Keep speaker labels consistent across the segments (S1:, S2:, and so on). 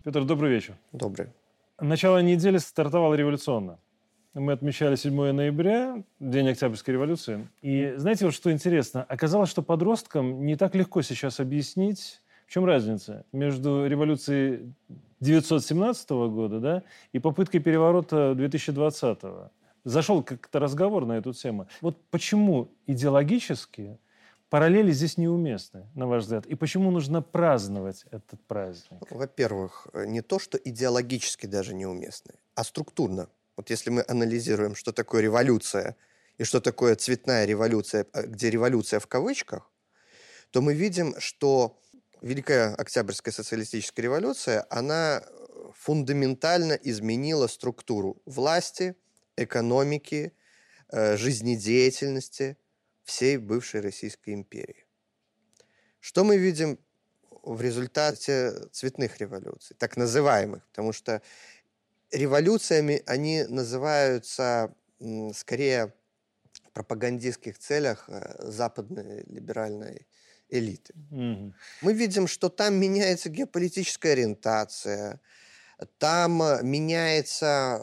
S1: Петр, добрый вечер.
S2: Добрый.
S1: Начало недели стартовало революционно. Мы отмечали 7 ноября, День Октябрьской революции. И знаете, вот что интересно? Оказалось, что подросткам не так легко сейчас объяснить, в чем разница между революцией 1917 года, да, и попыткой переворота 2020. Зашел как-то разговор на эту тему. Вот почему идеологически параллели здесь неуместны, на ваш взгляд? И почему нужно праздновать этот праздник?
S2: Во-первых, не то, что идеологически даже неуместны, а структурно. Вот если мы анализируем, что такое революция и что такое цветная революция, где революция в кавычках, то мы видим, что Великая Октябрьская социалистическая революция, она фундаментально изменила структуру власти, экономики, жизнедеятельности всей бывшей Российской империи. Что мы видим в результате цветных революций, так называемых? Потому что революциями они называются скорее в пропагандистских целях западной либеральной элиты.
S1: Мгм.
S2: Мы видим, что там меняется геополитическая ориентация, там меняются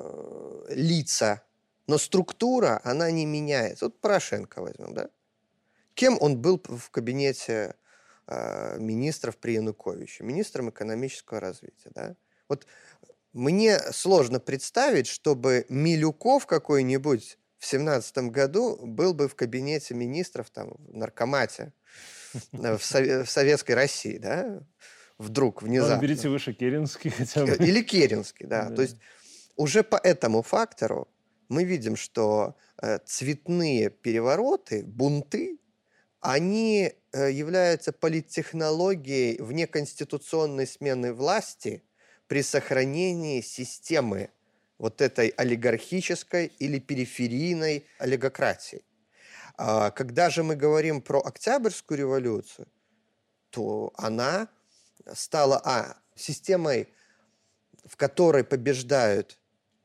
S2: лица, но структура, она не меняется. Вот Порошенко возьмем, да? Кем он был в кабинете министров при Януковиче? Министром экономического развития, да? Вот мне сложно представить, чтобы Милюков какой-нибудь в 17 году был бы в кабинете министров, там, в наркомате, в Советской России, да? Вдруг,
S1: Ладно,
S2: внезапно.
S1: берите выше Керенский хотя бы.
S2: Или Керенский, да.
S1: Да.
S2: То есть уже по этому фактору мы видим, что цветные перевороты, бунты, они являются политтехнологией внеконституционной смены власти при сохранении системы вот этой олигархической или периферийной олигократии. Когда же мы говорим про Октябрьскую революцию, то она стала системой, в которой побеждают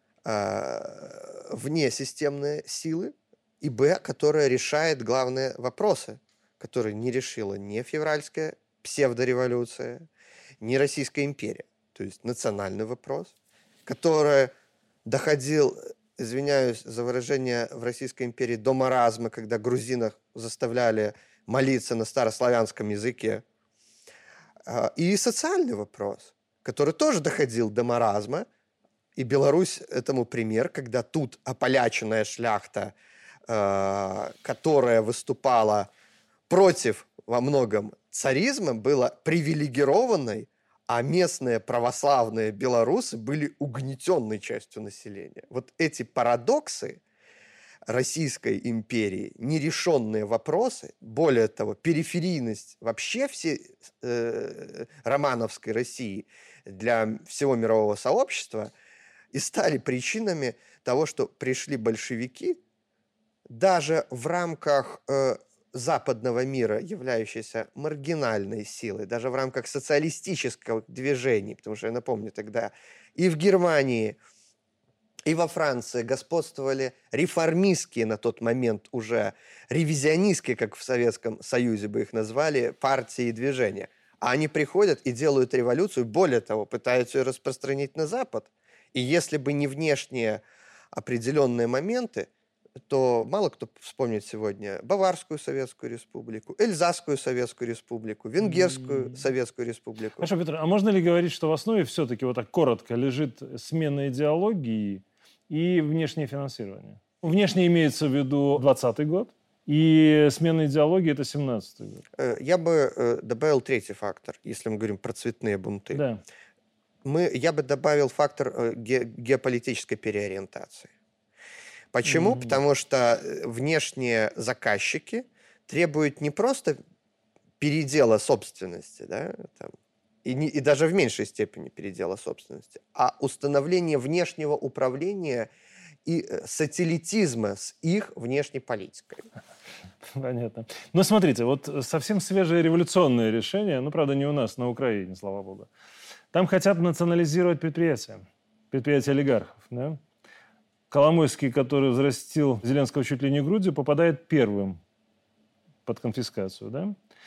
S2: внесистемные силы, и которая решает главные вопросы, которые не решила ни февральская псевдореволюция, ни Российская империя. То есть национальный вопрос, который доходил, извиняюсь за выражение, в Российской империи до маразма, когда грузинов заставляли молиться на старославянском языке. И социальный вопрос, который тоже доходил до маразма, и Беларусь этому пример, когда тут ополяченная шляхта, которая выступала против во многом царизма, была привилегированной, а местные православные белорусы были угнетенной частью населения. Вот эти парадоксы Российской империи, нерешенные вопросы, более того, периферийность вообще всей романовской России для всего мирового сообщества и стали причинами того, что пришли большевики, даже в рамках западного мира, являющейся маргинальной силой, даже в рамках социалистического движения, потому что, я напомню, тогда и в Германии, и во Франции господствовали реформистские на тот момент уже, ревизионистские, как в Советском Союзе бы их назвали, партии и движения. А они приходят и делают революцию, более того, пытаются ее распространить на Запад. И если бы не внешние определенные моменты, то мало кто вспомнит сегодня Баварскую Советскую Республику, Эльзасскую Советскую Республику, Венгерскую Советскую Республику.
S1: Хорошо, Петр, а можно ли говорить, что в основе все-таки, вот так коротко, лежит смена идеологии и внешнее финансирование? Внешне имеется в виду 20-й год, и смена идеологии – это 17-й год.
S2: Я бы добавил третий фактор, если мы говорим про цветные бунты.
S1: Да.
S2: Я бы добавил фактор геополитической переориентации. Почему? Потому что внешние заказчики требуют не просто передела собственности, да, там, и даже в меньшей степени передела собственности, а установление внешнего управления и сателлитизма с их внешней политикой.
S1: Понятно. Но смотрите, вот совсем свежее революционное решение, ну, правда, не у нас, на Украине, слава богу. Там хотят национализировать предприятия олигархов, да? Коломойский, который взрастил Зеленского чуть ли не грудью, попадает первым под конфискацию, да?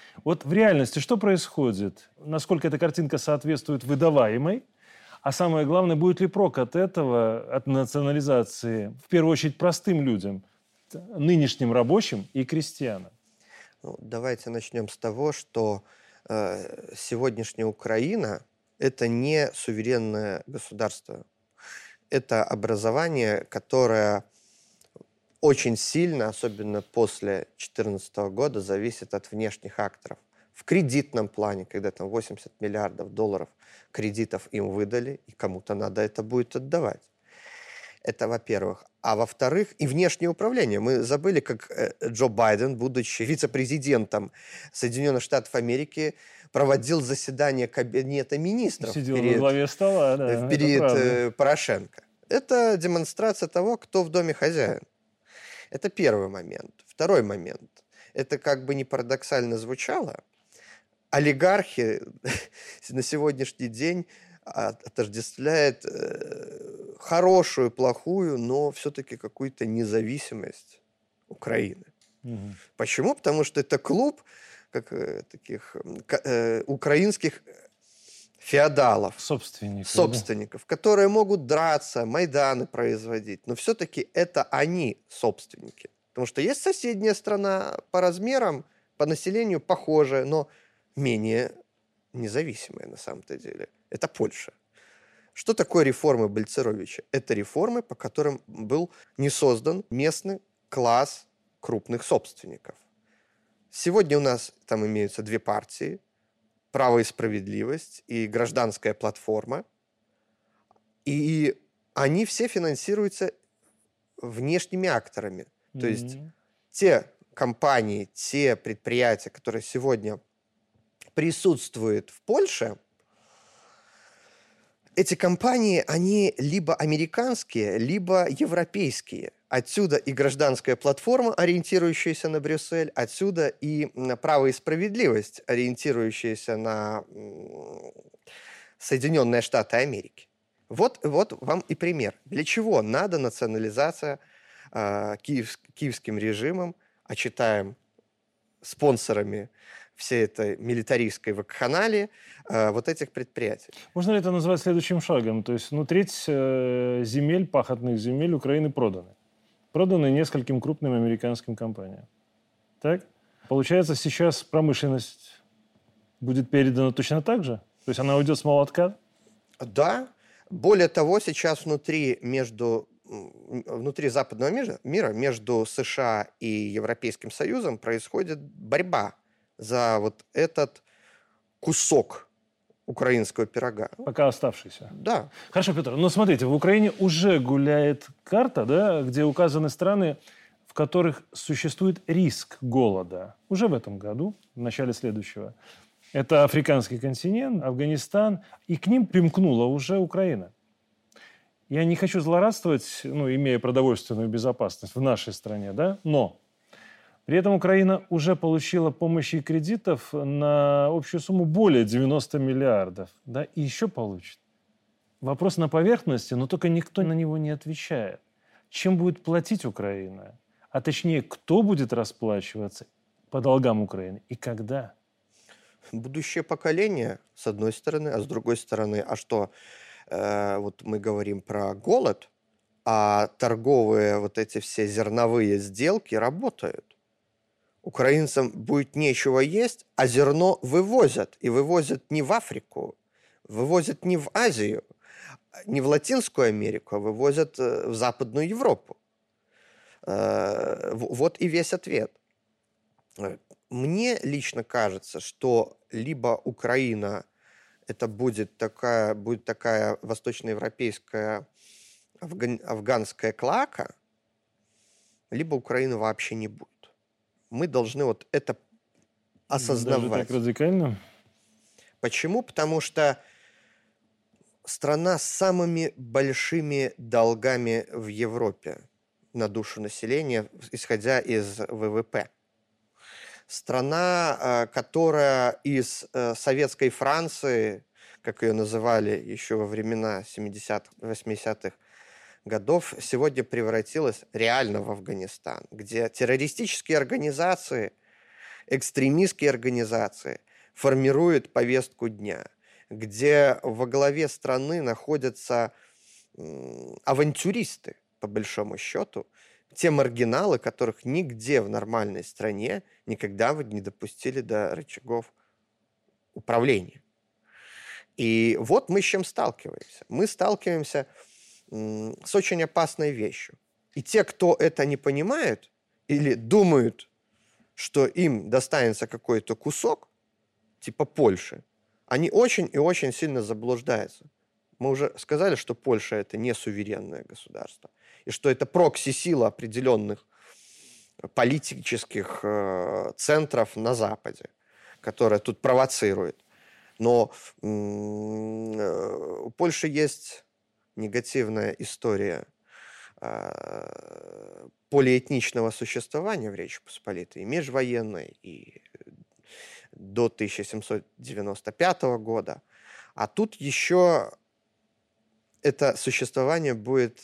S1: Вот в реальности что происходит? Насколько эта картинка соответствует выдаваемой? А самое главное, будет ли прок от этого, от национализации, в первую очередь простым людям, нынешним рабочим и крестьянам?
S2: Ну, давайте начнем с того, что сегодняшняя Украина – это не суверенное государство. Это образование, которое очень сильно, особенно после 2014 года, зависит от внешних акторов. В кредитном плане, когда там 80 миллиардов долларов кредитов им выдали, и кому-то надо это будет отдавать. Это во-первых. А во-вторых, и внешнее управление. Мы забыли, как Джо Байден, будучи вице-президентом Соединенных Штатов Америки, проводил заседание кабинета министров
S1: Сидел во главе стола, да,
S2: перед Порошенко. Это демонстрация того, кто в доме хозяин. Это первый момент. Второй момент. Это как бы не парадоксально звучало. Олигархи на сегодняшний день отождествляет хорошую, плохую, но все-таки какую-то независимость Украины.
S1: Угу.
S2: Почему? Потому что это клуб таких украинских феодалов, собственников, которые могут драться, майданы производить, но все-таки это они собственники. Потому что есть соседняя страна по размерам, по населению похожая, но менее независимая на самом-то деле. Это Польша. Что такое реформы Бальцеровича? Это реформы, по которым был не создан местный класс крупных собственников. Сегодня у нас там имеются две партии: «Право и справедливость» и «Гражданская платформа». И они все финансируются внешними акторами. То есть те компании, те предприятия, которые сегодня присутствуют в Польше, эти компании, они либо американские, либо европейские. Отсюда и «Гражданская платформа», ориентирующаяся на Брюссель, отсюда и «Право и справедливость», ориентирующаяся на Соединенные Штаты Америки. Вот вам и пример. Для чего надо национализация киевским режимом, а читаем спонсорами всей этой милитаристской вакханалии вот этих предприятий.
S1: Можно ли это назвать следующим шагом? То есть, треть земель, пахотных земель Украины проданы. Проданы нескольким крупным американским компаниям. Так? Получается, сейчас промышленность будет передана точно так же? То есть она уйдет с молотка?
S2: Да. Более того, сейчас внутри западного мира, между США и Европейским Союзом происходит борьба за вот этот кусок украинского пирога.
S1: Пока оставшийся.
S2: Да.
S1: Хорошо, Петр, но смотрите, в Украине уже гуляет карта, да, где указаны страны, в которых существует риск голода. Уже в этом году, в начале следующего. Это африканский континент, Афганистан, и к ним примкнула уже Украина. Я не хочу злорадствовать, имея продовольственную безопасность в нашей стране, да, но при этом Украина уже получила помощи и кредитов на общую сумму более 90 миллиардов, да, и еще получит. Вопрос на поверхности, но только никто на него не отвечает. Чем будет платить Украина? А точнее, кто будет расплачиваться по долгам Украины и когда?
S2: Будущее поколение, с одной стороны, а с другой стороны, а что? Вот мы говорим про голод, а торговые вот эти все зерновые сделки работают. Украинцам будет нечего есть, а зерно вывозят. И вывозят не в Африку, вывозят не в Азию, не в Латинскую Америку, а вывозят в Западную Европу. Вот и весь ответ. Мне лично кажется, что либо Украина это будет такая восточноевропейская афганская клака, либо Украины вообще не будет. Мы должны вот это осознавать.
S1: Даже так радикально?
S2: Почему? Потому что страна с самыми большими долгами в Европе на душу населения, исходя из ВВП. Страна, которая из советской Франции, как ее называли еще во времена 70-х, 80-х годов, сегодня превратилась реально в Афганистан, где террористические организации экстремистские организации формируют повестку дня, где во главе страны находятся авантюристы, по большому счету, те маргиналы, которых нигде в нормальной стране никогда бы не допустили до рычагов управления. И вот мы с чем сталкиваемся. Мы сталкиваемся с очень опасной вещью. И те, кто это не понимают или думают, что им достанется какой-то кусок, типа Польши, они очень и очень сильно заблуждаются. Мы уже сказали, что Польша – это не суверенное государство, и что это прокси-сила определенных политических центров на Западе, которая тут провоцирует. Но у Польши есть негативная история полиэтничного существования в Речи Посполитой, и межвоенной, и до 1795 года. А тут еще это существование будет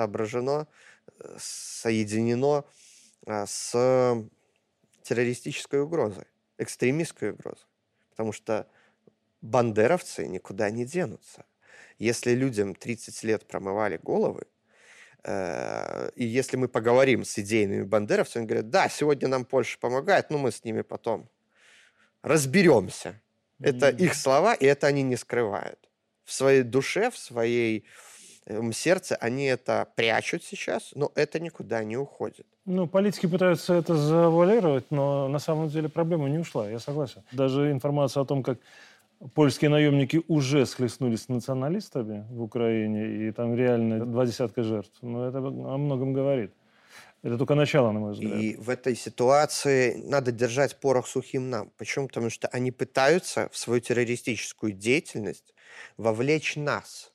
S2: соединено с террористической угрозой, экстремистской угрозой. Потому что бандеровцы никуда не денутся. Если людям 30 лет промывали головы, и если мы поговорим с идейными бандеровцами, они говорят, да, сегодня нам Польша помогает, но мы с ними потом разберемся. Это их слова, и это они не скрывают. В своей душе, в своей сердце они это прячут сейчас, но это никуда не уходит.
S1: Ну, политики пытаются это завуалировать, но на самом деле проблема не ушла, я согласен. Даже информация о том, как польские наемники уже схлестнулись с националистами в Украине, и там реально 20 жертв, но это о многом говорит. Это только начало, на мой взгляд.
S2: И в этой ситуации надо держать порох сухим нам. Почему? Потому что они пытаются в свою террористическую деятельность вовлечь нас,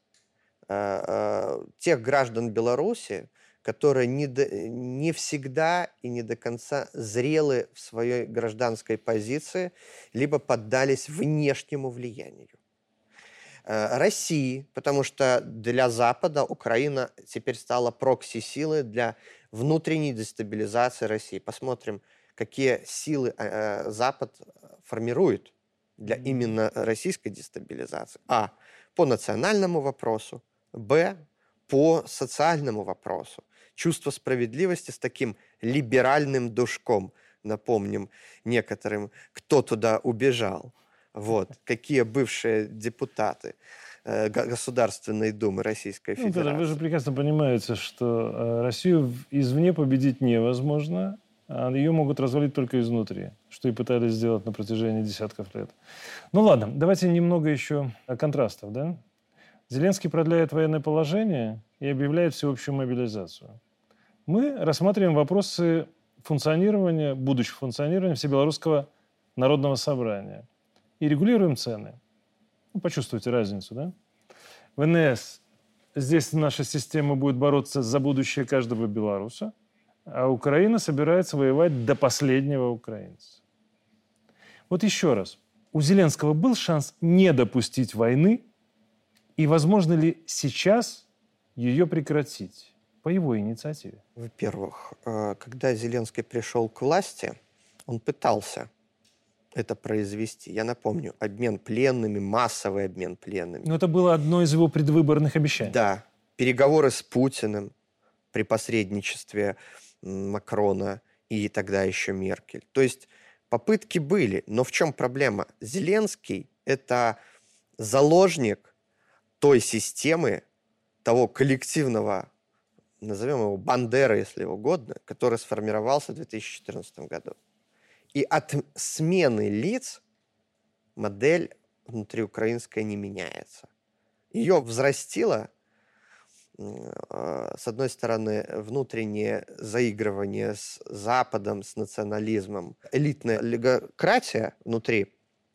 S2: тех граждан Беларуси, которые не всегда и не до конца зрелы в своей гражданской позиции, либо поддались внешнему влиянию. России, потому что для Запада Украина теперь стала прокси-силой для внутренней дестабилизации России. Посмотрим, какие силы Запад формирует для именно российской дестабилизации. А. По национальному вопросу. Б. По социальному вопросу. Чувство справедливости с таким либеральным душком. Напомним некоторым, кто туда убежал. Вот. Какие бывшие депутаты Государственной Думы Российской Федерации.
S1: Вы же прекрасно понимаете, что Россию извне победить невозможно, а ее могут развалить только изнутри, что и пытались сделать на протяжении десятков лет. Ну ладно, давайте немного еще контрастов, да? Зеленский продляет военное положение и объявляет всеобщую мобилизацию. Мы рассматриваем вопросы функционирования, будущего функционирования Всебелорусского народного собрания и регулируем цены. Ну, почувствуйте разницу, да? ВНС. Здесь наша система будет бороться за будущее каждого белоруса, а Украина собирается воевать до последнего украинца. Вот еще раз. У Зеленского был шанс не допустить войны, и возможно ли сейчас ее прекратить по его инициативе?
S2: Во-первых, когда Зеленский пришел к власти, он пытался это произвести. Я напомню, обмен пленными, массовый обмен пленными.
S1: Но это было одно из его предвыборных обещаний.
S2: Да. Переговоры с Путиным при посредничестве Макрона и тогда еще Меркель. То есть попытки были, но в чем проблема? Зеленский – это заложник той системы, того коллективного, назовем его Бандера, если угодно, который сформировался в 2014 году. И от смены лиц модель внутриукраинская не меняется. Ее взрастило, с одной стороны, внутреннее заигрывание с Западом, с национализмом, элитная олигократия внутри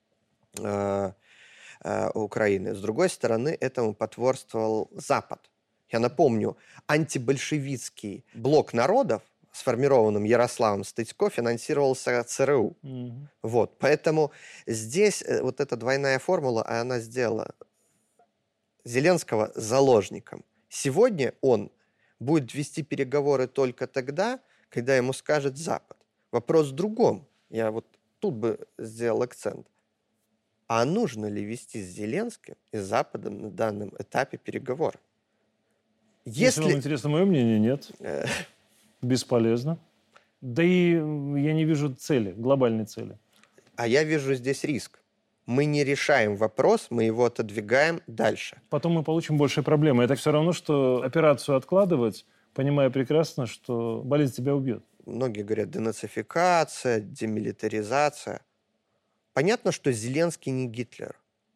S2: Украины. С другой стороны, этому потворствовал Запад. Я напомню, антибольшевистский блок народов, сформированным Ярославом Стыцко, финансировался ЦРУ. Вот, поэтому здесь вот эта двойная формула, она сделала Зеленского заложником. Сегодня он будет вести переговоры только тогда, когда ему скажет Запад. Вопрос в другом. Я вот тут бы сделал акцент. А нужно ли вести с Зеленским и Западом на данном этапе переговоры?
S1: Если вам интересно мое мнение, нет. Бесполезно. Да и я не вижу цели, глобальной цели.
S2: А я вижу здесь риск. Мы не решаем вопрос, мы его отодвигаем дальше.
S1: Потом мы получим большие проблемы. Это все равно, что операцию откладывать, понимая прекрасно, что болезнь тебя убьет.
S2: Многие говорят денацификация, демилитаризация. Понятно, что Зеленский не Гитлер.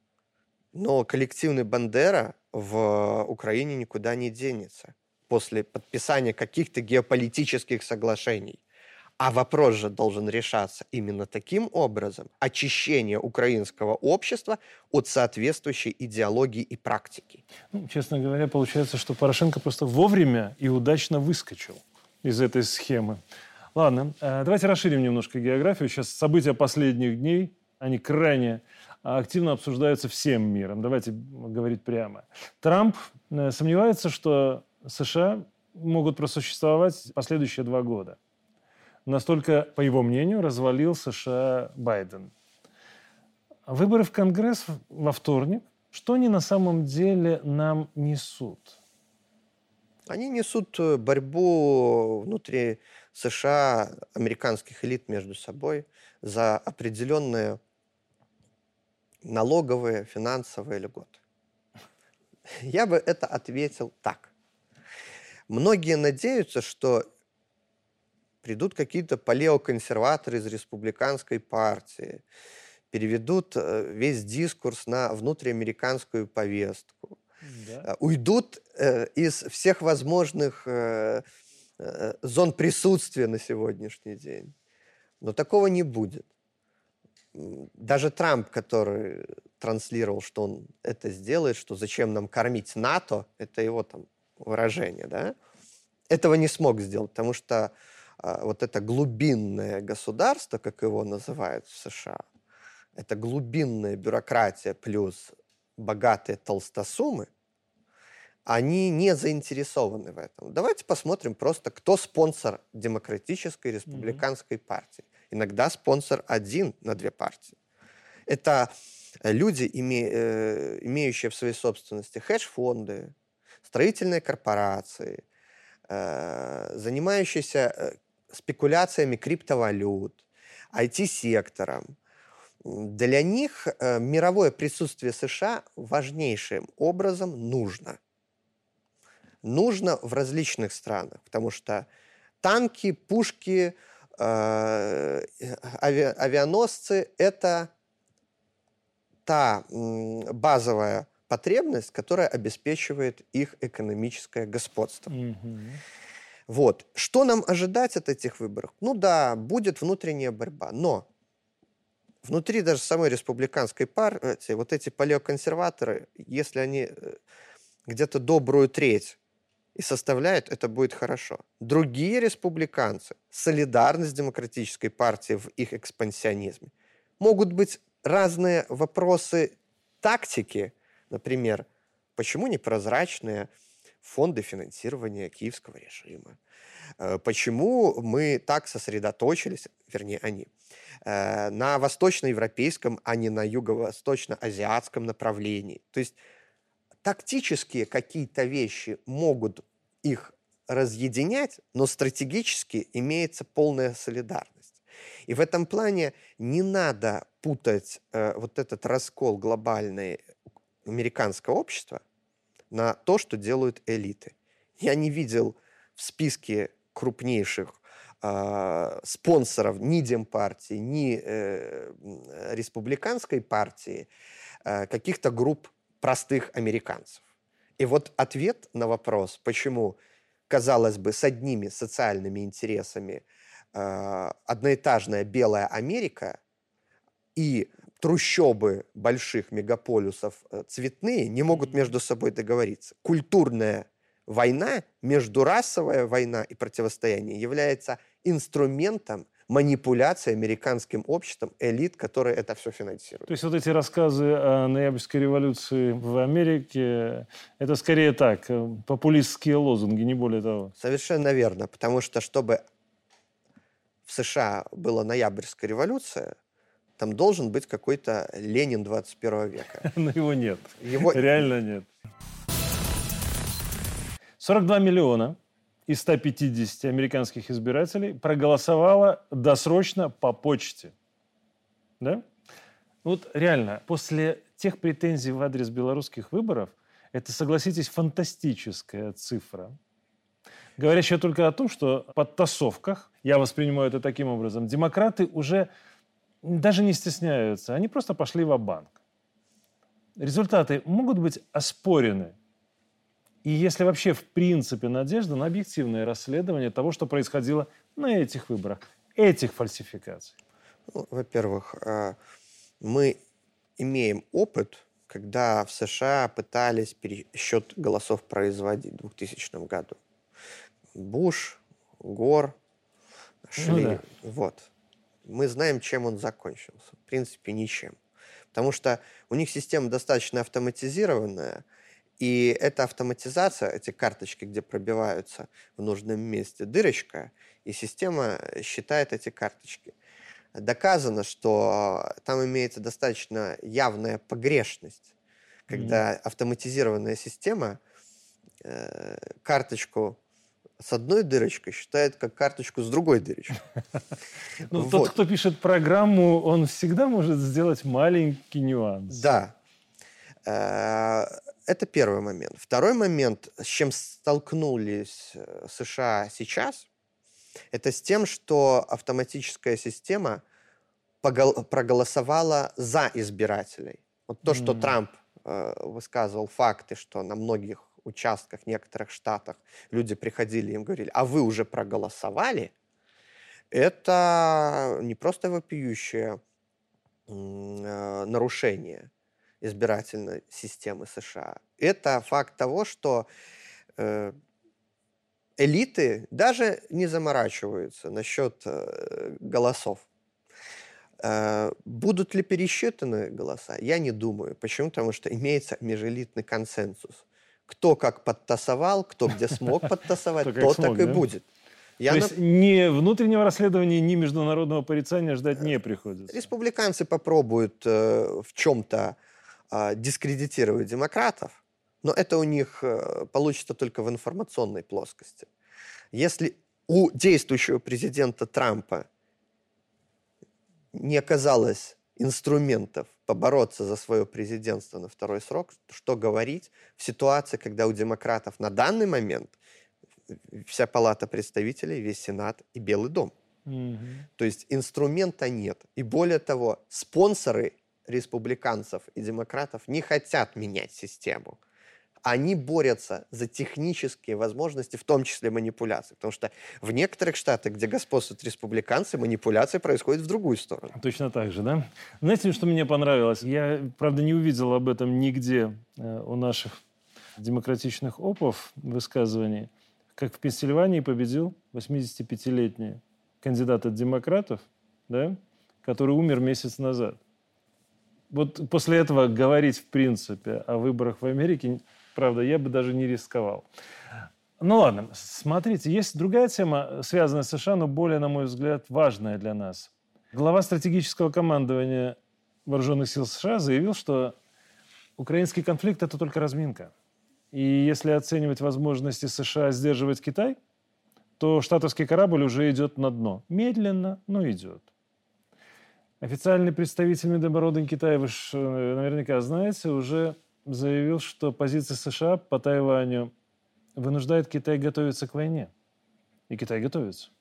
S2: Но коллективный Бандера в Украине никуда не денется после подписания каких-то геополитических соглашений. А вопрос же должен решаться именно таким образом: очищение украинского общества от соответствующей идеологии и практики.
S1: Честно говоря, получается, что Порошенко просто вовремя и удачно выскочил из этой схемы. Ладно, давайте расширим немножко географию. Сейчас события последних дней, они крайне активно обсуждаются всем миром. Давайте говорить прямо. Трамп сомневается, что США могут просуществовать последующие 2 года. Настолько, по его мнению, развалил США Байден. Выборы в Конгресс во вторник. Что они на самом деле нам несут?
S2: Они несут борьбу внутри США, американских элит между собой за определенные налоговые, финансовые льготы. Я бы это ответил так. Многие надеются, что придут какие-то палеоконсерваторы из республиканской партии, переведут весь дискурс на внутриамериканскую повестку, уйдут из всех возможных зон присутствия на сегодняшний день. Но такого не будет. Даже Трамп, который транслировал, что он это сделает, что зачем нам кормить НАТО, это его там выражение, да, этого не смог сделать, потому что вот это глубинное государство, как его называют в США, это глубинная бюрократия плюс богатые толстосумы, они не заинтересованы в этом. Давайте посмотрим просто, кто спонсор демократической республиканской партии. Иногда спонсор один на 2 партии. Это люди, имеющие в своей собственности хедж-фонды, строительные корпорации, занимающиеся спекуляциями криптовалют, IT-сектором. Для них мировое присутствие США важнейшим образом нужно. Нужно в различных странах, потому что танки, пушки, авианосцы – это та базовая потребность, которая обеспечивает их экономическое господство. Вот. Что нам ожидать от этих выборов? Ну да, будет внутренняя борьба, но внутри даже самой республиканской партии вот эти палеоконсерваторы, если они где-то добрую треть и составляют, это будет хорошо. Другие республиканцы, солидарны с демократической партией в их экспансионизме. Могут быть разные вопросы тактики, например, почему непрозрачные фонды финансирования киевского режима, почему мы так сосредоточились, вернее, они, на восточноевропейском, а не на юго-восточно-азиатском направлении. То есть тактические какие-то вещи могут их разъединять, но стратегически имеется полная солидарность. И в этом плане не надо путать вот этот раскол глобальный американского общества на то, что делают элиты. Я не видел в списке крупнейших спонсоров ни Демпартии, ни республиканской партии каких-то групп простых американцев. И вот ответ на вопрос, почему, казалось бы, с одними социальными интересами одноэтажная белая Америка и трущобы больших мегаполисов цветные не могут между собой договориться. Культурная война, междурасовая война и противостояние является инструментом манипуляции американским обществом элит, которые это все финансируют.
S1: То есть вот эти рассказы о ноябрьской революции в Америке, это скорее так, популистские лозунги, не более того.
S2: Совершенно верно, потому что, чтобы в США была ноябрьская революция, там должен быть какой-то Ленин 21 века.
S1: Но его нет.
S2: Его...
S1: Реально нет. 42 миллиона из 150 американских избирателей проголосовало досрочно по почте. Да? Вот реально, после тех претензий в адрес белорусских выборов, это, согласитесь, фантастическая цифра, говорящая только о том, что в подтасовках, я воспринимаю это таким образом, демократы уже даже не стесняются, они просто пошли ва-банк. Результаты могут быть оспорены. И если вообще в принципе надежда на объективное расследование того, что происходило на этих выборах, этих фальсификаций?
S2: Ну, во-первых, мы имеем опыт, когда в США пытались пересчет голосов производить в 2000 году. Буш, Гор шли.
S1: да.
S2: Вот. Мы знаем, чем он закончился. В принципе, ничем. Потому что у них система достаточно автоматизированная, и эта автоматизация, эти карточки, где пробиваются в нужном месте дырочка, и система считает эти карточки. Доказано, что там имеется достаточно явная погрешность, когда автоматизированная система карточку с одной дырочкой считает как карточку с другой дырочкой.
S1: Ну, тот, кто пишет программу, он всегда может сделать маленький нюанс.
S2: Да. Это первый момент. Второй момент, с чем столкнулись США сейчас, это с тем, что автоматическая система проголосовала за избирателей. Вот то, что Трамп высказывал факты, что на многих участках, некоторых штатах люди приходили и им говорили, а вы уже проголосовали, это не просто вопиющее нарушение избирательной системы США. Это факт того, что элиты даже не заморачиваются насчет голосов. Будут ли пересчитаны голоса? Я не думаю. Почему? Потому что имеется межэлитный консенсус. Кто как подтасовал, кто где смог подтасовать, то так и будет.
S1: То есть ни внутреннего расследования, ни международного порицания ждать не приходится?
S2: Республиканцы попробуют в чем-то дискредитировать демократов, но это у них получится только в информационной плоскости. Если у действующего президента Трампа не оказалось инструментов побороться за свое президентство на второй срок, что говорить в ситуации, когда у демократов на данный момент вся палата представителей, весь Сенат и Белый дом. То есть инструмента нет. И более того, спонсоры республиканцев и демократов не хотят менять систему. Они борются за технические возможности, в том числе манипуляции. Потому что в некоторых штатах, где господствуют республиканцы, манипуляции происходят в другую сторону.
S1: Точно так же, да? Знаете, что мне понравилось? Я, правда, не увидел об этом нигде у наших демократичных опов высказываний. Как в Пенсильвании победил 85-летний кандидат от демократов, да, который умер месяц назад. Вот после этого говорить, в принципе, о выборах в Америке, правда, я бы даже не рисковал. Ну ладно, смотрите, есть другая тема, связанная с США, но более, на мой взгляд, важная для нас. Глава стратегического командования Вооруженных сил США заявил, что украинский конфликт – это только разминка. И если оценивать возможности США сдерживать Китай, то штатовский корабль уже идет на дно. Медленно, но идет. Официальный представитель Минобороны Китая, вы же наверняка знаете, уже заявил, что позиция США по Тайваню вынуждает Китай готовиться к войне. И Китай готовится.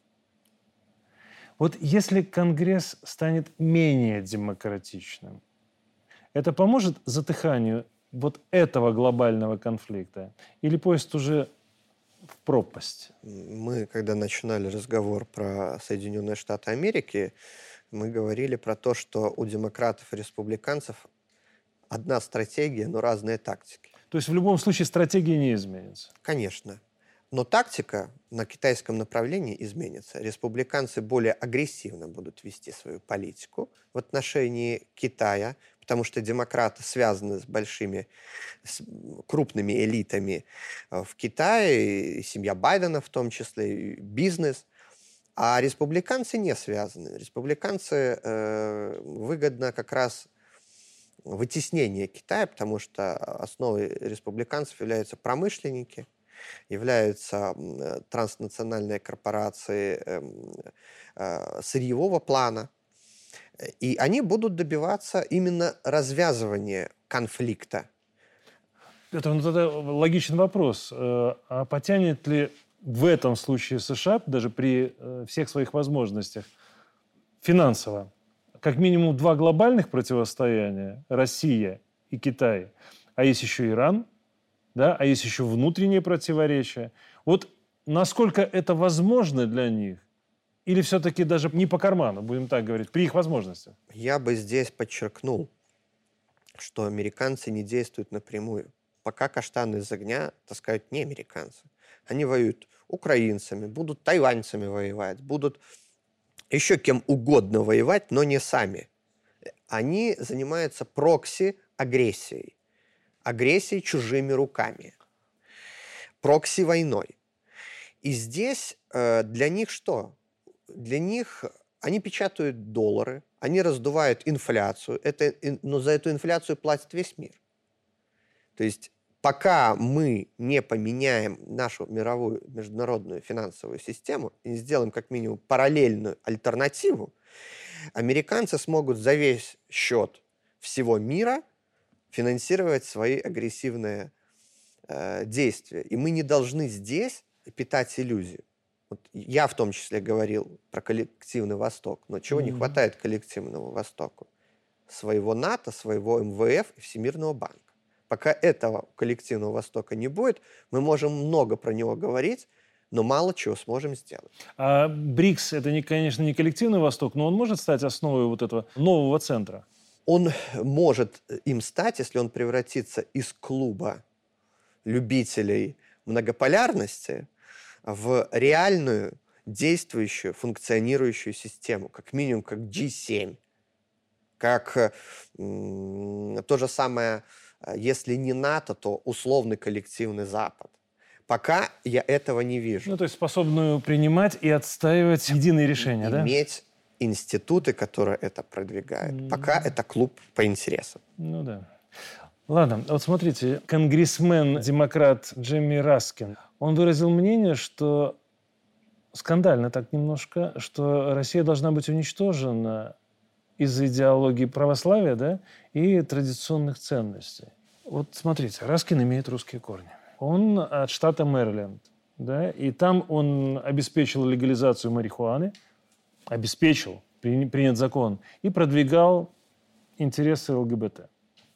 S1: Вот если Конгресс станет менее демократичным, это поможет затыханию вот этого глобального конфликта? Или поезд уже в пропасть?
S2: Мы, когда начинали разговор про Соединенные Штаты Америки, мы говорили про то, что у демократов и республиканцев одна стратегия, но разные тактики.
S1: То есть в любом случае стратегия не изменится?
S2: Конечно. Но тактика на китайском направлении изменится. Республиканцы более агрессивно будут вести свою политику в отношении Китая, потому что демократы связаны с крупными элитами в Китае, и семья Байдена в том числе, и бизнес. А республиканцы не связаны. Республиканцы выгодно как раз вытеснение Китая, потому что основой республиканцев являются промышленники, являются транснациональные корпорации сырьевого плана. И они будут добиваться именно развязывания конфликта.
S1: Это ну, тогда логичный вопрос. А потянет ли в этом случае США, даже при всех своих возможностях, финансово, как минимум два глобальных противостояния, Россия и Китай, а есть еще Иран, да, а есть еще внутренние противоречия. Вот насколько это возможно для них, или все-таки даже не по карману, будем так говорить, при их возможностях?
S2: Я бы здесь подчеркнул, что американцы не действуют напрямую. Пока каштаны из огня таскают не американцы. Они воюют украинцами, будут тайваньцами воевать, будут еще кем угодно воевать, но не сами. Они занимаются прокси-агрессией. Агрессией чужими руками. Прокси-войной. И здесь для них что? Для них они печатают доллары, они раздувают инфляцию, но за эту инфляцию платит весь мир. То есть пока мы не поменяем нашу мировую международную финансовую систему и не сделаем как минимум параллельную альтернативу, американцы смогут за весь счет всего мира финансировать свои агрессивные действия. И мы не должны здесь питать иллюзию. Вот я в том числе говорил про коллективный Восток, но чего не хватает коллективному Востоку? Своего НАТО, своего МВФ и Всемирного банка. Пока этого коллективного Востока не будет, мы можем много про него говорить, но мало чего сможем сделать.
S1: А БРИКС – это, конечно, не коллективный Восток, но он может стать основой вот этого нового центра?
S2: Он может им стать, если он превратится из клуба любителей многополярности в реальную, действующую, функционирующую систему, как минимум как G7, как то же самое, если не НАТО, то условный коллективный Запад. Пока я этого не вижу.
S1: Ну, то есть способную принимать и отстаивать единые решения, да?
S2: Иметь институты, которые это продвигают. Пока это клуб по интересам.
S1: Ну да. Ладно, вот смотрите, конгрессмен-демократ Джимми Раскин, он выразил мнение, что скандально так немножко, что Россия должна быть уничтожена из-за идеологии православия, да, и традиционных ценностей. Вот смотрите, Раскин имеет русские корни. Он от штата Мэриленд, да, и там он обеспечил легализацию марихуаны, принят закон, и продвигал интересы ЛГБТ.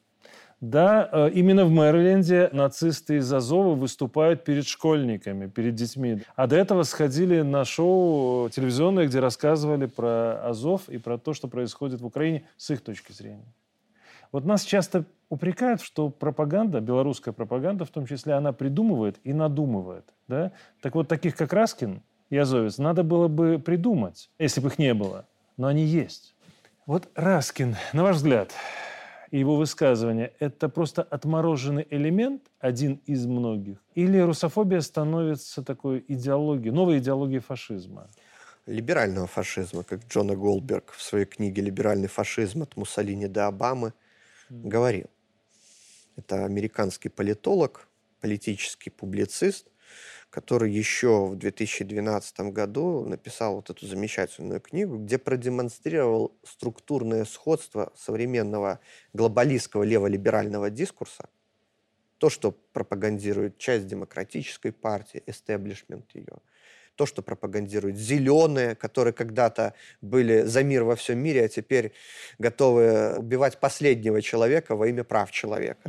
S1: Да, именно в Мэриленде нацисты из Азова выступают перед школьниками, перед детьми. А до этого сходили на шоу телевизионное, где рассказывали про Азов и про то, что происходит в Украине с их точки зрения. Вот нас часто упрекают, что пропаганда, белорусская пропаганда в том числе, она придумывает и надумывает. Да? Так вот, таких как Раскин и Азовец надо было бы придумать, если бы их не было. Но они есть. Вот Раскин, на ваш взгляд, и его высказывание – это просто отмороженный элемент, один из многих? Или русофобия становится такой идеологией, новой идеологией фашизма?
S2: Либерального фашизма, как Джона Голдберг в своей книге «Либеральный фашизм от Муссолини до Обамы» говорил. Это американский политолог, политический публицист, который еще в 2012 году написал вот эту замечательную книгу, где продемонстрировал структурное сходство современного глобалистского леволиберального дискурса, то, что пропагандирует часть демократической партии, эстеблишмент ее, то, что пропагандируют зеленые, которые когда-то были за мир во всем мире, а теперь готовы убивать последнего человека во имя прав человека.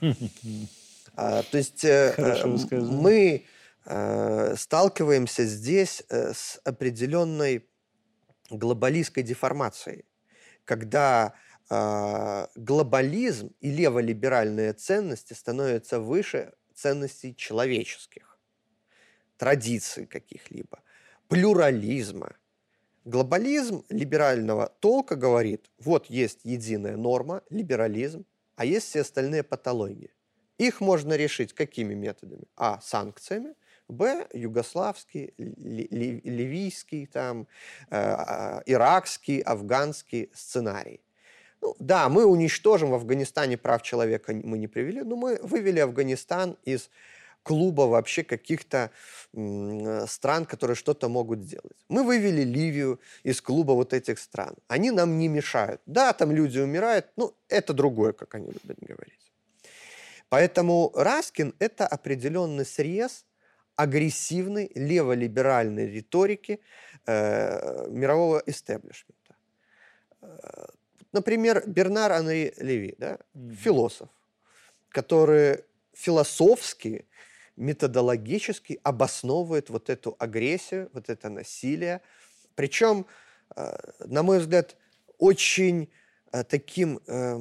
S2: Да? То есть мы сталкиваемся здесь с определенной глобалистской деформацией, когда глобализм и леволиберальные ценности становятся выше ценностей человеческих, традиций каких-либо, плюрализма. Глобализм либерального толка говорит, вот есть единая норма, либерализм, а есть все остальные патологии. Их можно решить какими методами? Санкциями. б, югославский, ливийский, там, иракский, афганский сценарий. Ну, да, мы уничтожим в Афганистане прав человека, мы не привели, но мы вывели Афганистан из клуба вообще каких-то стран, которые что-то могут сделать. Мы вывели Ливию из клуба вот этих стран. Они нам не мешают. Да, там люди умирают, но это другое, как они любят говорить. Поэтому Раскин – это определенный срез агрессивной леволиберальной риторики мирового истеблишмента. Например, Бернар Анри Леви, да, философ, который философски, методологически обосновывает вот эту агрессию, вот это насилие. Причем, на мой взгляд, очень таким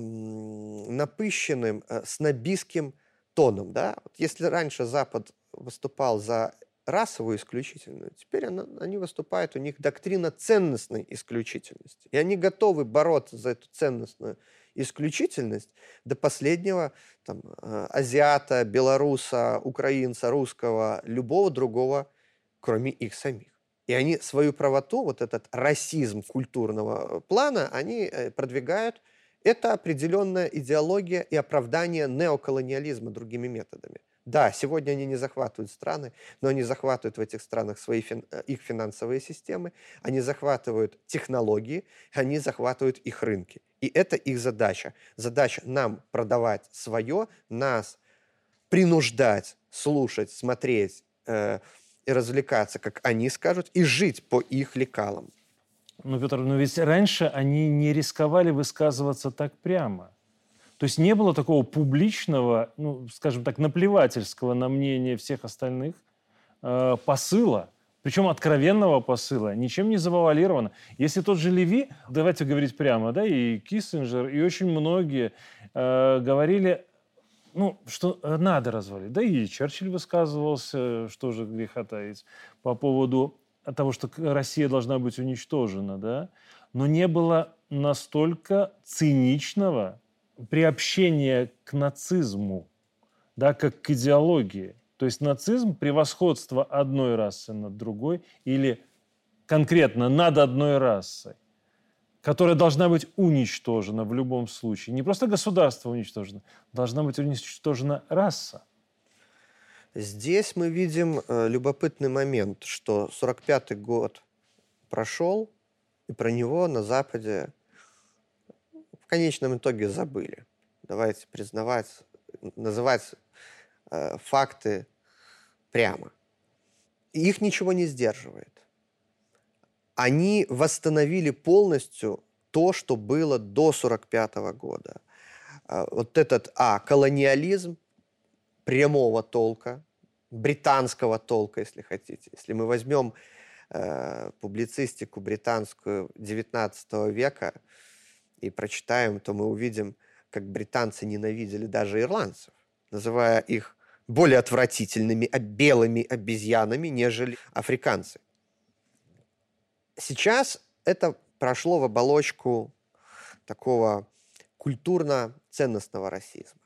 S2: напыщенным, снобистским тоном. Да? Вот если раньше Запад выступал за расовую исключительную, теперь они выступают, у них доктрина ценностной исключительности. И они готовы бороться за эту ценностную исключительность до последнего там, азиата, белоруса, украинца, русского, любого другого, кроме их самих. И они свою правоту, вот этот расизм культурного плана, они продвигают. Это определенная идеология и оправдание неоколониализма другими методами. Да, сегодня они не захватывают страны, но они захватывают в этих странах их финансовые системы, они захватывают технологии, они захватывают их рынки. И это их задача. Задача нам продавать свое, нас принуждать, слушать, смотреть и развлекаться, как они скажут, и жить по их лекалам.
S1: Ну, Петр, но ведь раньше они не рисковали высказываться так прямо. То есть не было такого публичного, ну, скажем так, наплевательского на мнение всех остальных посыла, причем откровенного посыла, ничем не завуалировано. Если тот же Леви, давайте говорить прямо, да, и Киссинджер, и очень многие говорили, ну, что надо развалить. Да и Черчилль высказывался, что же греха таить, по поводу того, что Россия должна быть уничтожена, да, но не было настолько циничного приобщения к нацизму, да, как к идеологии. То есть нацизм – превосходство одной расы над другой или конкретно над одной расой, которая должна быть уничтожена в любом случае. Не просто государство уничтожено, должна быть уничтожена раса.
S2: Здесь мы видим любопытный момент, что 1945 год прошел, и про него на Западе в конечном итоге забыли. Давайте признавать, называть факты прямо. И их ничего не сдерживает. Они восстановили полностью то, что было до 1945 года. Вот этот колониализм прямого толка, британского толка, если хотите. Если мы возьмем публицистику британскую XIX века и прочитаем, то мы увидим, как британцы ненавидели даже ирландцев, называя их более отвратительными, белыми обезьянами, нежели африканцы. Сейчас это прошло в оболочку такого культурно-ценностного расизма.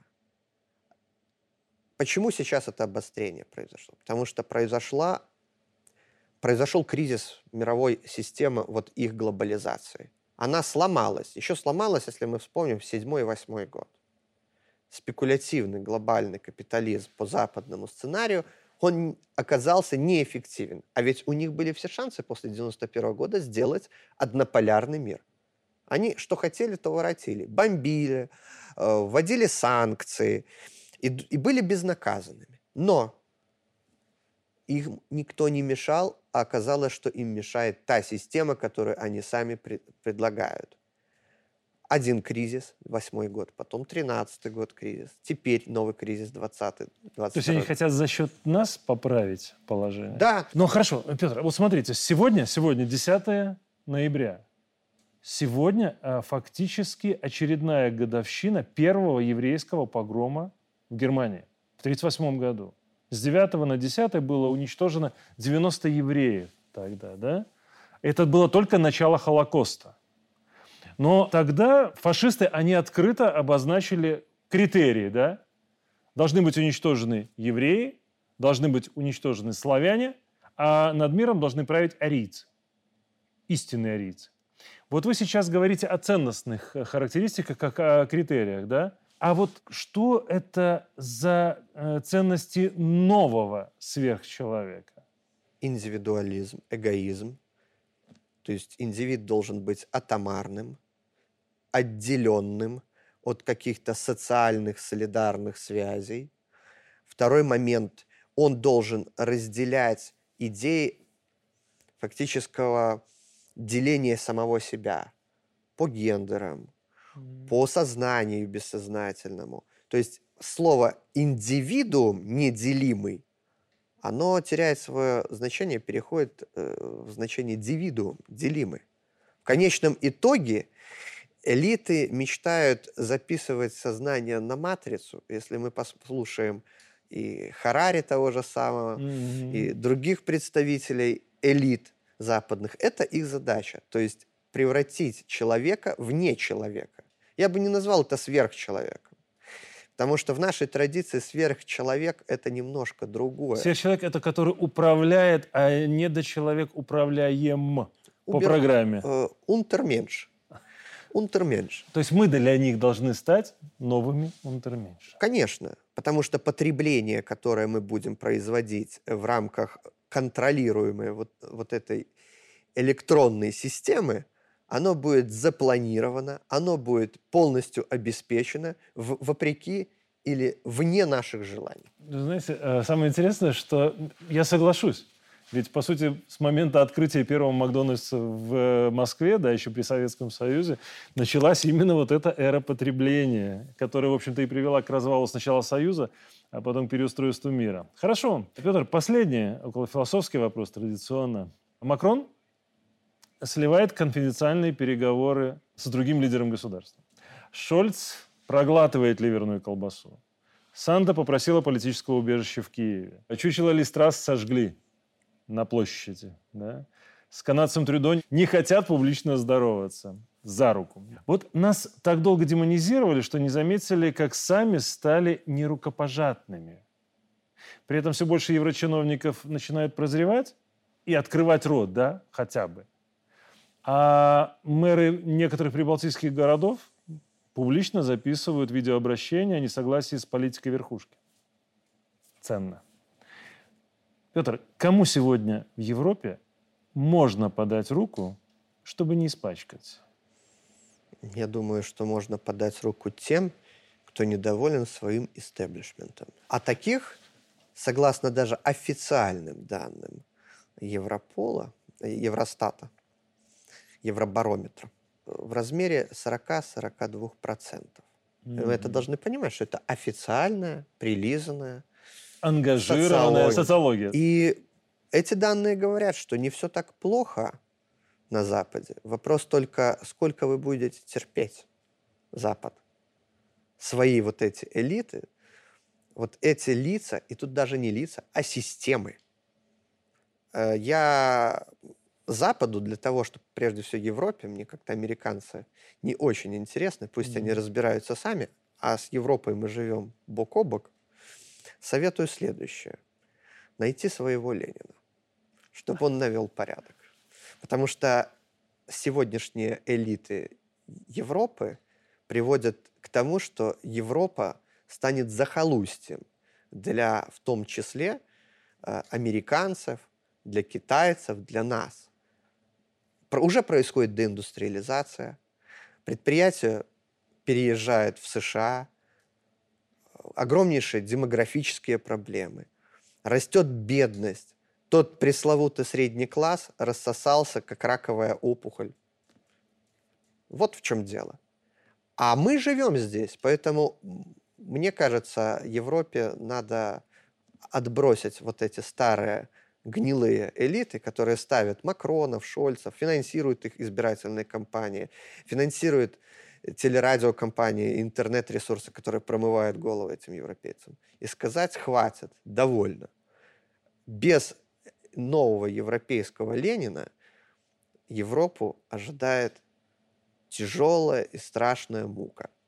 S2: Почему сейчас это обострение произошло? Потому что произошел кризис мировой системы вот их глобализации. Она сломалась. Еще сломалась, если мы вспомним, 7-й и 8-й год. Спекулятивный глобальный капитализм по западному сценарию, он оказался неэффективен. А ведь у них были все шансы после 91 года сделать однополярный мир. Они что хотели, то воротили. Бомбили, вводили санкции и были безнаказанными. Но им никто не мешал, а оказалось, что им мешает та система, которую они сами предлагают. Один кризис, 8-й год, потом 13-й год кризис, теперь новый кризис, 20-й, 22-й.
S1: То есть они хотят за счет нас поправить положение?
S2: Да.
S1: Ну хорошо, Петр, вот смотрите, сегодня 10 ноября. Сегодня фактически очередная годовщина первого еврейского погрома в Германии в 1938 году. С 9 на 10 было уничтожено 90 евреев тогда, да? Это было только начало Холокоста. Но тогда фашисты, они открыто обозначили критерии, да? Должны быть уничтожены евреи, должны быть уничтожены славяне, а над миром должны править арийцы, истинные арийцы. Вот вы сейчас говорите о ценностных характеристиках, как о критериях, да? А вот что это за ценности нового сверхчеловека?
S2: Индивидуализм, эгоизм. То есть индивид должен быть атомарным, отделенным от каких-то социальных солидарных связей. Второй момент, он должен разделять идеи фактического деления самого себя по гендерам, по сознанию бессознательному. То есть слово «индивидуум» неделимый, оно теряет свое значение, переходит в значение «дивидуум», делимый. В конечном итоге элиты мечтают записывать сознание на матрицу. Если мы послушаем и Харари того же самого, и других представителей элит западных, это их задача. То есть превратить человека в нечеловека. Я бы не назвал это сверхчеловеком. Потому что в нашей традиции сверхчеловек – это немножко другое.
S1: Сверхчеловек – это который управляет, а недочеловек управляем по программе.
S2: Унтерменш. Унтерменш.
S1: То есть мы для них должны стать новыми унтерменш.
S2: Конечно, потому что потребление, которое мы будем производить в рамках контролируемой вот этой электронной системы, оно будет запланировано, оно будет полностью обеспечено вопреки или вне наших желаний.
S1: Знаете, самое интересное, что я соглашусь. Ведь, по сути, с момента открытия первого Макдональдса в Москве, да, еще при Советском Союзе, началась именно вот эта эра потребления, которая, в общем-то, и привела к развалу сначала Союза, а потом к переустройству мира. Хорошо. Петр, последний, околофилософский вопрос традиционно. Макрон сливает конфиденциальные переговоры с другим лидером государства. Шольц проглатывает ливерную колбасу. Санда попросила политического убежища в Киеве. Чучело Ли Страсс сожгли на площади. Да? С канадцем Трюдо не хотят публично здороваться за руку. Вот нас так долго демонизировали, что не заметили, как сами стали нерукопожатными. При этом все больше еврочиновников начинают прозревать и открывать рот, да, хотя бы. А мэры некоторых прибалтийских городов публично записывают видеообращения о несогласии с политикой верхушки. Ценно. Петр, кому сегодня в Европе можно подать руку, чтобы не испачкать?
S2: Я думаю, что можно подать руку тем, кто недоволен своим истеблишментом. А таких, согласно даже официальным данным Европола, Евростата, Евробарометра, в размере 40-42%. Вы это должны понимать, что это официальная, прилизанная,
S1: ангажированная социология.
S2: И эти данные говорят, что не все так плохо на Западе. Вопрос только, сколько вы будете терпеть Запад. Свои вот эти элиты, вот эти лица, и тут даже не лица, а системы. Я Западу для того, чтобы, прежде всего, Европе, мне как-то американцы не очень интересны, пусть они разбираются сами, а с Европой мы живем бок о бок, советую следующее. Найти своего Ленина, чтобы он навел порядок. Потому что сегодняшние элиты Европы приводят к тому, что Европа станет захолустьем для, в том числе, американцев, для китайцев, для нас. Уже происходит деиндустриализация, предприятия переезжают в США, огромнейшие демографические проблемы, растет бедность, тот пресловутый средний класс рассосался, как раковая опухоль. Вот в чем дело. А мы живем здесь, поэтому, мне кажется, Европе надо отбросить вот эти старые гнилые элиты, которые ставят Макронов, Шольцев, финансируют их избирательные кампании, финансируют телерадиокомпании, интернет-ресурсы, которые промывают голову этим европейцам. И сказать хватит, довольно. Без нового европейского Ленина Европу ожидает тяжелая и страшная мука.